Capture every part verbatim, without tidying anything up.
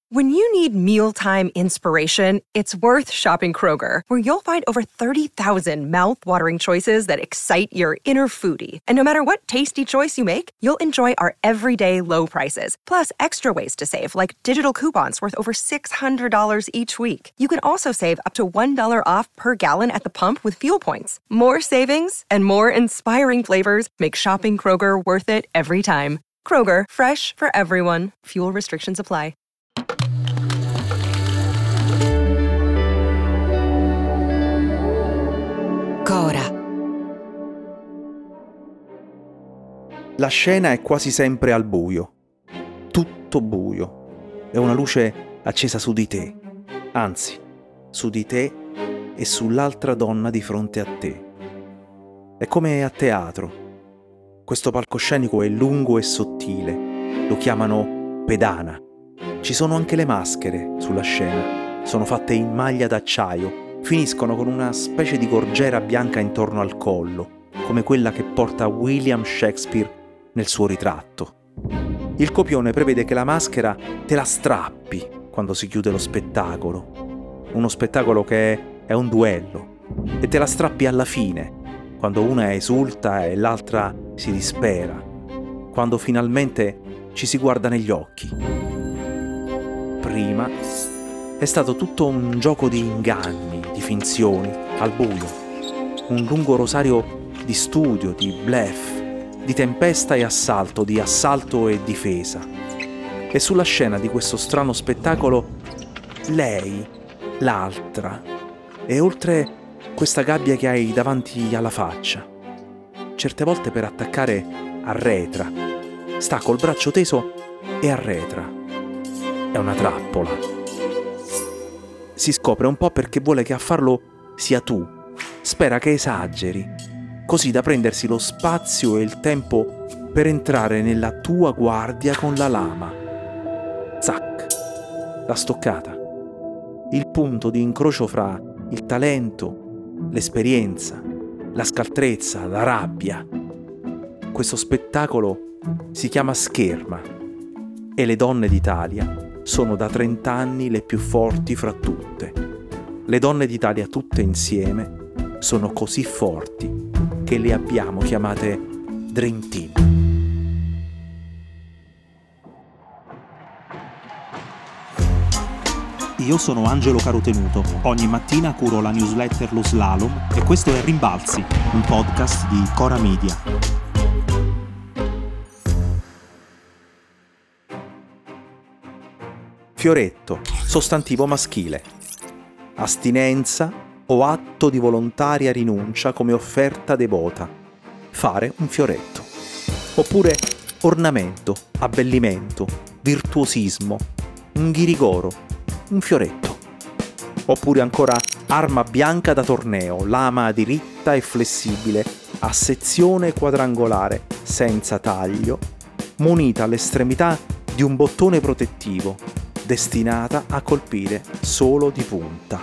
When you need mealtime inspiration, it's worth shopping Kroger, where you'll find over thirty thousand mouth-watering choices that excite your inner foodie. And no matter what tasty choice you make, you'll enjoy our everyday low prices, plus extra ways to save, like digital coupons worth over six hundred dollars each week. You can also save up to one dollar off per gallon at the pump with fuel points. More savings and more inspiring flavors make shopping Kroger worth it every time. Kroger, fresh for everyone. Fuel restrictions apply. Cora. La scena è quasi sempre al buio, tutto buio, e una luce accesa su di te, anzi, su di te e sull'altra donna di fronte a te. È come a teatro. Questo palcoscenico è lungo e sottile, lo chiamano pedana. Ci sono anche le maschere sulla scena, sono fatte in maglia d'acciaio, finiscono con una specie di gorgiera bianca intorno al collo, come quella che porta William Shakespeare nel suo ritratto. Il copione prevede che la maschera te la strappi quando si chiude lo spettacolo, uno spettacolo che è un duello, e te la strappi alla fine, quando una esulta e l'altra si dispera, quando finalmente ci si guarda negli occhi. Prima è stato tutto un gioco di inganni, di finzioni, al buio. Un lungo rosario di studio, di bluff, di tempesta e assalto, di assalto e difesa. E sulla scena di questo strano spettacolo, lei, l'altra, e oltre questa gabbia che hai davanti alla faccia. Certe volte per attaccare arretra. Sta col braccio teso e arretra. È una trappola. Si scopre un po' perché vuole che a farlo sia tu. Spera che esageri, così da prendersi lo spazio e il tempo per entrare nella tua guardia con la lama. Zac! La stoccata. Il punto di incrocio fra il talento, l'esperienza, la scaltrezza, la rabbia. Questo spettacolo si chiama Scherma e le donne d'Italia sono da trent'anni le più forti fra tutte. Le donne d'Italia tutte insieme sono così forti che le abbiamo chiamate Dream Team. Io sono Angelo Carotenuto, ogni mattina curo la newsletter Lo Slalom e questo è Rimbalzi, un podcast di Cora Media. Fioretto, sostantivo maschile. Astinenza o atto di volontaria rinuncia come offerta devota. Fare un fioretto. Oppure ornamento, abbellimento, virtuosismo, un ghirigoro, un fioretto. Oppure ancora arma bianca da torneo, lama diritta e flessibile, a sezione quadrangolare, senza taglio, munita all'estremità di un bottone protettivo, destinata a colpire solo di punta.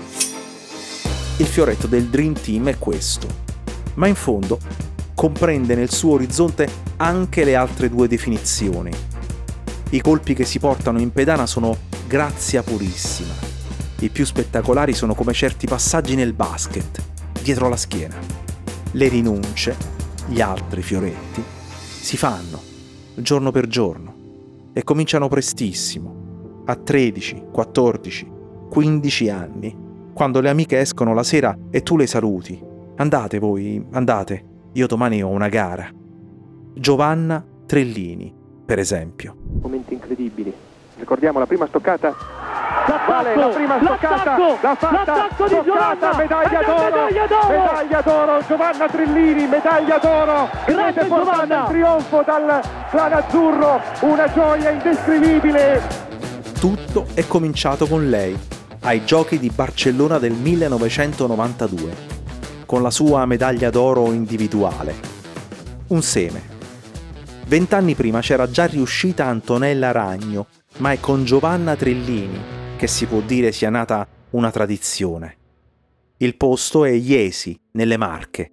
Il fioretto del Dream Team è questo, ma in fondo comprende nel suo orizzonte anche le altre due definizioni. I colpi che si portano in pedana sono grazia purissima. I più spettacolari sono come certi passaggi nel basket, dietro la schiena. Le rinunce, gli altri fioretti, si fanno, giorno per giorno, e cominciano prestissimo, a tredici, quattordici, quindici anni, quando le amiche escono la sera e tu le saluti. Andate voi, andate, io domani ho una gara. Giovanna Trellini, per esempio. Momenti incredibili. Ricordiamo la prima stoccata. L'attacco, vale, la prima stoccata, l'ha fatta, l'attacco di stoccata, Giovanna, medaglia d'oro, medaglia d'oro, medaglia d'oro, Giovanna Trellini, medaglia d'oro, grande che porta Giovanna, il trionfo dal clan azzurro, una gioia indescrivibile. Tutto è cominciato con lei, ai Giochi di Barcellona del millenovecentonovantadue, con la sua medaglia d'oro individuale. Un seme. Vent'anni prima c'era già riuscita Antonella Ragno, ma è con Giovanna Trellini che si può dire sia nata una tradizione. Il posto è Jesi, nelle Marche.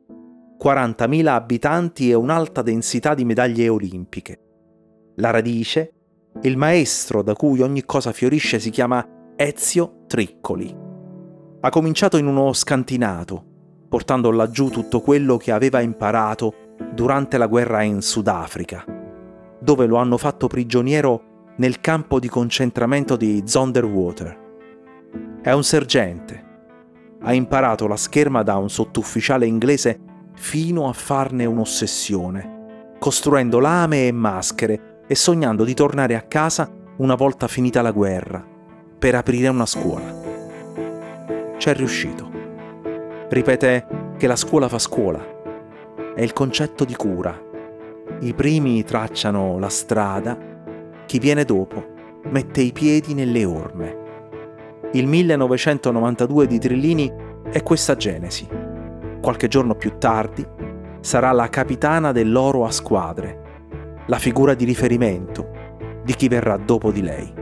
quarantamila abitanti e un'alta densità di medaglie olimpiche. La radice Il maestro da cui ogni cosa fiorisce si chiama Ezio Triccoli. Ha cominciato in uno scantinato, portando laggiù tutto quello che aveva imparato durante la guerra in Sudafrica, dove lo hanno fatto prigioniero nel campo di concentramento di Zonderwater. È un sergente. Ha imparato la scherma da un sottufficiale inglese fino a farne un'ossessione, costruendo lame e maschere e sognando di tornare a casa una volta finita la guerra, per aprire una scuola. C'è riuscito. Ripete che la scuola fa scuola. È il concetto di cura. I primi tracciano la strada, chi viene dopo mette i piedi nelle orme. Il millenovecentonovantadue di Trillini è questa genesi. Qualche giorno più tardi sarà la capitana dell'Oro a squadre, la figura di riferimento di chi verrà dopo di lei.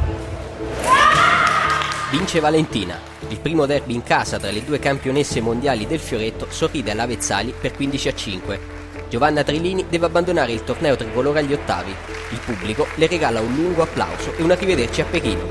Vince Valentina. Il primo derby in casa tra le due campionesse mondiali del fioretto sorride alla Vezzali per quindici a cinque. Giovanna Trillini deve abbandonare il torneo tricolore agli ottavi. Il pubblico le regala un lungo applauso e un arrivederci a Pechino.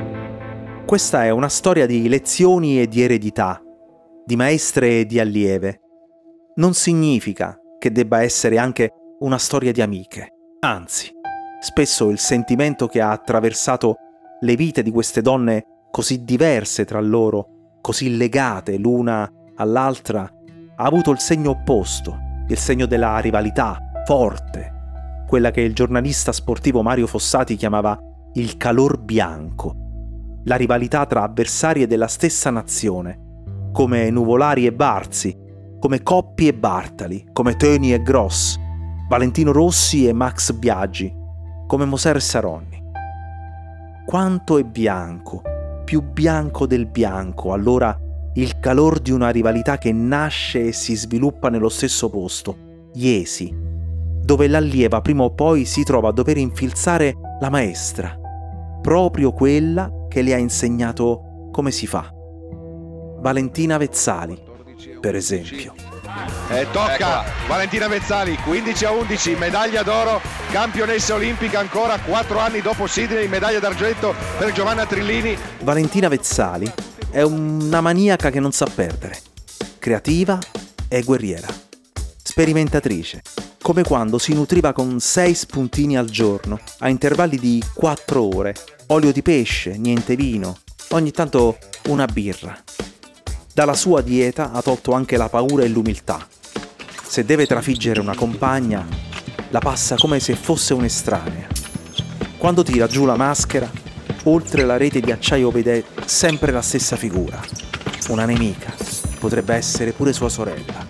Questa è una storia di lezioni e di eredità, di maestre e di allieve. Non significa che debba essere anche una storia di amiche. Anzi, spesso il sentimento che ha attraversato le vite di queste donne così diverse tra loro, così legate l'una all'altra, ha avuto il segno opposto, il segno della rivalità forte, quella che il giornalista sportivo Mario Fossati chiamava il calor bianco, la rivalità tra avversarie della stessa nazione, come Nuvolari e Barzi, come Coppi e Bartali, come Toni e Gross, Valentino Rossi e Max Biaggi, come Moser e Saronni. Quanto è bianco, più bianco del bianco, allora il calor di una rivalità che nasce e si sviluppa nello stesso posto, Iesi, dove l'allieva prima o poi si trova a dover infilzare la maestra, proprio quella che le ha insegnato come si fa. Valentina Vezzali, per esempio. E tocca Eccola. Valentina Vezzali, quindici a undici, medaglia d'oro, campionessa olimpica ancora quattro anni dopo Sydney, medaglia d'argento per Giovanna Trillini. Valentina Vezzali è una maniaca che non sa perdere, creativa e guerriera, sperimentatrice, come quando si nutriva con sei spuntini al giorno, a intervalli di quattro ore, olio di pesce, niente vino, ogni tanto una birra. Dalla sua dieta ha tolto anche la paura e l'umiltà. Se deve trafiggere una compagna, la passa come se fosse un'estranea. Quando tira giù la maschera, oltre la rete di acciaio vede sempre la stessa figura. Una nemica, potrebbe essere pure sua sorella.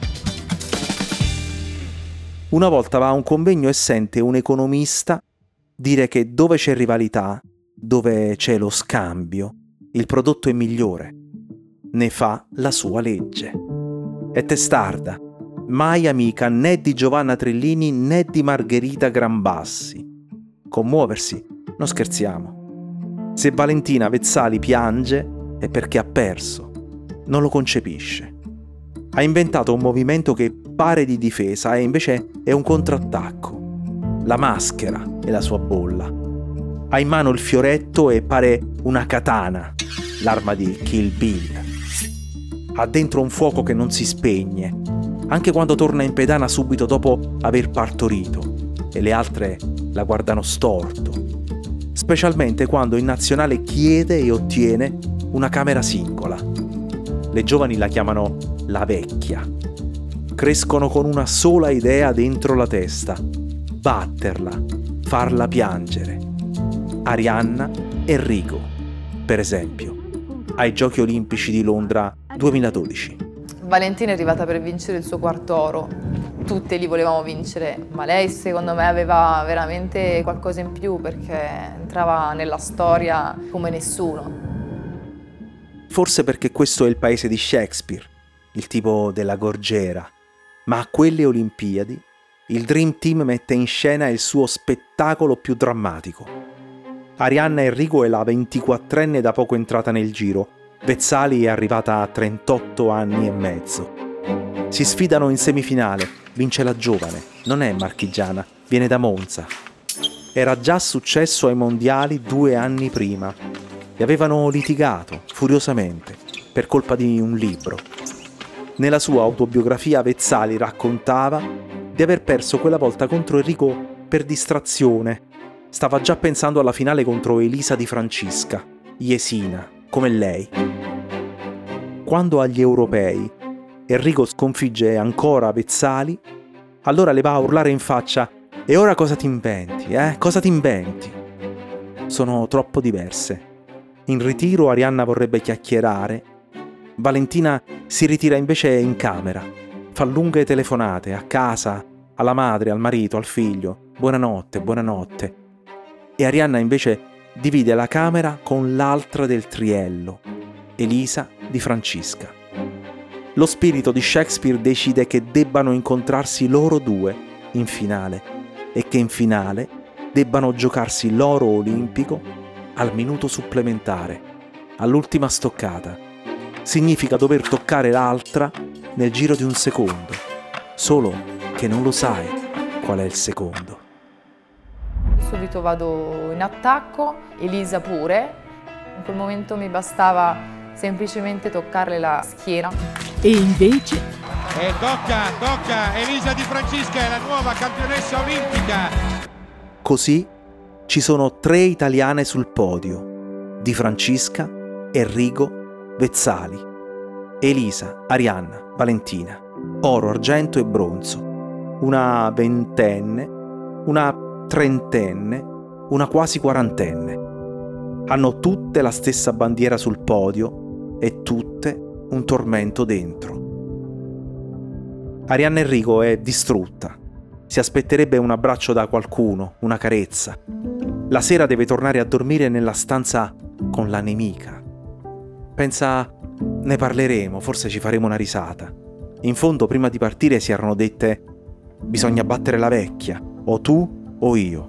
Una volta va a un convegno e sente un economista dire che dove c'è rivalità, dove c'è lo scambio, il prodotto è migliore. Ne fa la sua legge. È testarda, mai amica né di Giovanna Trillini né di Margherita Grambassi. Commuoversi, non scherziamo. Se Valentina Vezzali piange è perché ha perso, non lo concepisce. Ha inventato un movimento che pare di difesa e invece è un contrattacco. La maschera è la sua bolla. Ha in mano il fioretto e pare una katana, l'arma di Kill Bill. Ha dentro un fuoco che non si spegne, anche quando torna in pedana subito dopo aver partorito e le altre la guardano storto, specialmente quando in nazionale chiede e ottiene una camera singola. Le giovani la chiamano la vecchia. Crescono con una sola idea dentro la testa: batterla, farla piangere. Arianna Enrico, per esempio, ai Giochi Olimpici di Londra duemiladodici. Valentina è arrivata per vincere il suo quarto oro. Tutte li volevamo vincere, ma lei secondo me aveva veramente qualcosa in più perché entrava nella storia come nessuno. Forse perché questo è il paese di Shakespeare, il tipo della gorgiera, ma a quelle Olimpiadi il Dream Team mette in scena il suo spettacolo più drammatico. Arianna Enrico è la ventiquattrenne da poco entrata nel giro, Vezzali è arrivata a trentotto anni e mezzo. Si sfidano in semifinale, vince la giovane, non è marchigiana, viene da Monza. Era già successo ai mondiali due anni prima e avevano litigato furiosamente per colpa di un libro. Nella sua autobiografia Vezzali raccontava di aver perso quella volta contro Enrico per distrazione. Stava già pensando alla finale contro Elisa Di Francisca, Jesina, come lei. Quando agli europei Enrico sconfigge ancora Vezzali, allora le va a urlare in faccia: e ora cosa ti inventi, eh? Cosa ti inventi? Sono troppo diverse. In ritiro Arianna vorrebbe chiacchierare, Valentina si ritira invece in camera, fa lunghe telefonate a casa, alla madre, al marito, al figlio, buonanotte, buonanotte. E Arianna invece divide la camera con l'altra del triello, Elisa Di Francisca. Lo spirito di Shakespeare decide che debbano incontrarsi loro due in finale e che in finale debbano giocarsi l'oro olimpico al minuto supplementare, all'ultima stoccata. Significa dover toccare l'altra nel giro di un secondo, solo che non lo sai qual è il secondo. Subito vado in attacco, Elisa pure. In quel momento mi bastava semplicemente toccarle la schiena. E invece... E tocca, tocca, Elisa Di Francisca è la nuova campionessa olimpica. Così ci sono tre italiane sul podio: Di Francisca, Enrico, Vezzali, Elisa, Arianna, Valentina, oro, argento e bronzo, una ventenne, una trentenne, una quasi quarantenne. Hanno tutte la stessa bandiera sul podio e tutte un tormento dentro. Arianna Enrico è distrutta. Si aspetterebbe un abbraccio da qualcuno, una carezza. La sera deve tornare a dormire nella stanza con la nemica. Pensa, ne parleremo, forse ci faremo una risata. In fondo, prima di partire si erano dette: bisogna battere la vecchia, o tu o io.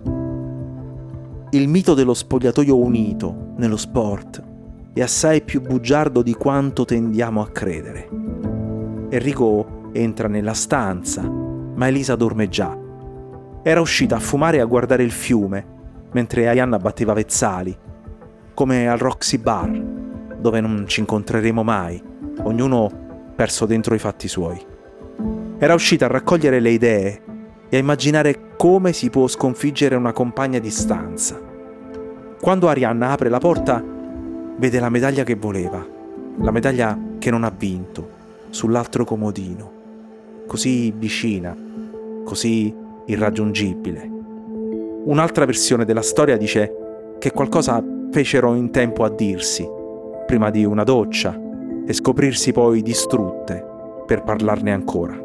Il mito dello spogliatoio unito nello sport è assai più bugiardo di quanto tendiamo a credere. Enrico entra nella stanza, ma Elisa dorme già. Era uscita a fumare e a guardare il fiume, mentre Arianna batteva Vezzali, come al Roxy Bar, dove non ci incontreremo mai, ognuno perso dentro i fatti suoi. Era uscita a raccogliere le idee e a immaginare come si può sconfiggere una compagna di stanza. Quando Arianna apre la porta, vede la medaglia che voleva, la medaglia che non ha vinto, sull'altro comodino. Così vicina, così irraggiungibile. Un'altra versione della storia dice che qualcosa fecero in tempo a dirsi, prima di una doccia, e scoprirsi poi distrutte per parlarne ancora.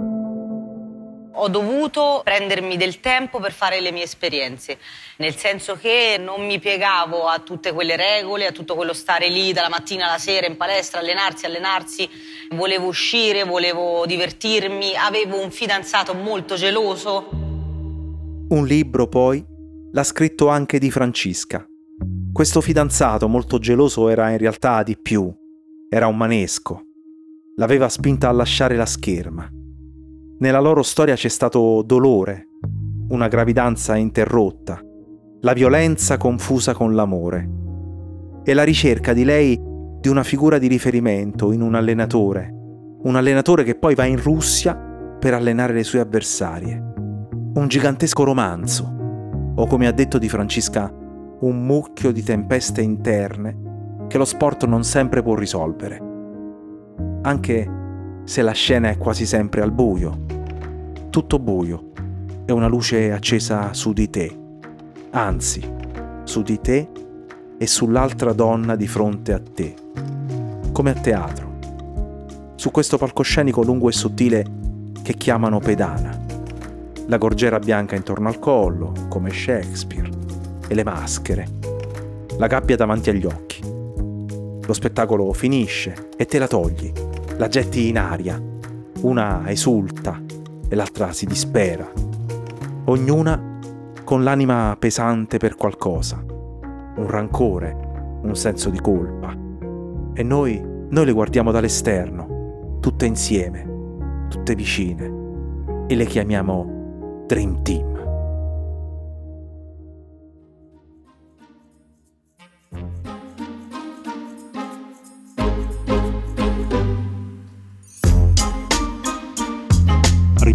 Ho dovuto prendermi del tempo per fare le mie esperienze, nel senso che non mi piegavo a tutte quelle regole, a tutto quello stare lì dalla mattina alla sera in palestra, allenarsi, allenarsi. Volevo uscire, volevo divertirmi, avevo un fidanzato molto geloso. Un libro poi l'ha scritto anche Di Francisca. Questo fidanzato molto geloso era in realtà di più, era un manesco. L'aveva spinta a lasciare la scherma. Nella loro storia c'è stato dolore, una gravidanza interrotta, la violenza confusa con l'amore e la ricerca di lei di una figura di riferimento in un allenatore, un allenatore che poi va in Russia per allenare le sue avversarie. Un gigantesco romanzo, o come ha detto Di Francisca, un mucchio di tempeste interne che lo sport non sempre può risolvere, anche se la scena è quasi sempre al buio, tutto buio, e una luce accesa su di te, anzi, su di te e sull'altra donna di fronte a te, come a teatro, su questo palcoscenico lungo e sottile che chiamano pedana, la gorgiera bianca intorno al collo, come Shakespeare, e le maschere, la gabbia davanti agli occhi. Lo spettacolo finisce e te la togli, la getti in aria, una esulta e l'altra si dispera, ognuna con l'anima pesante per qualcosa, un rancore, un senso di colpa. E noi, noi le guardiamo dall'esterno, tutte insieme, tutte vicine, e le chiamiamo Dream Team.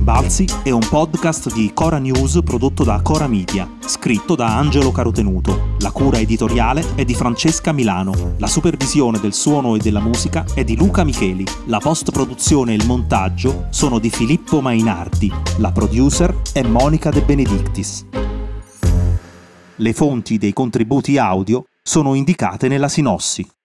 Rimbalzi è un podcast di Cora News prodotto da Cora Media, scritto da Angelo Carotenuto. La cura editoriale è di Francesca Milano. La supervisione del suono e della musica è di Luca Micheli. La post-produzione e il montaggio sono di Filippo Mainardi. La producer è Monica De Benedictis. Le fonti dei contributi audio sono indicate nella sinossi.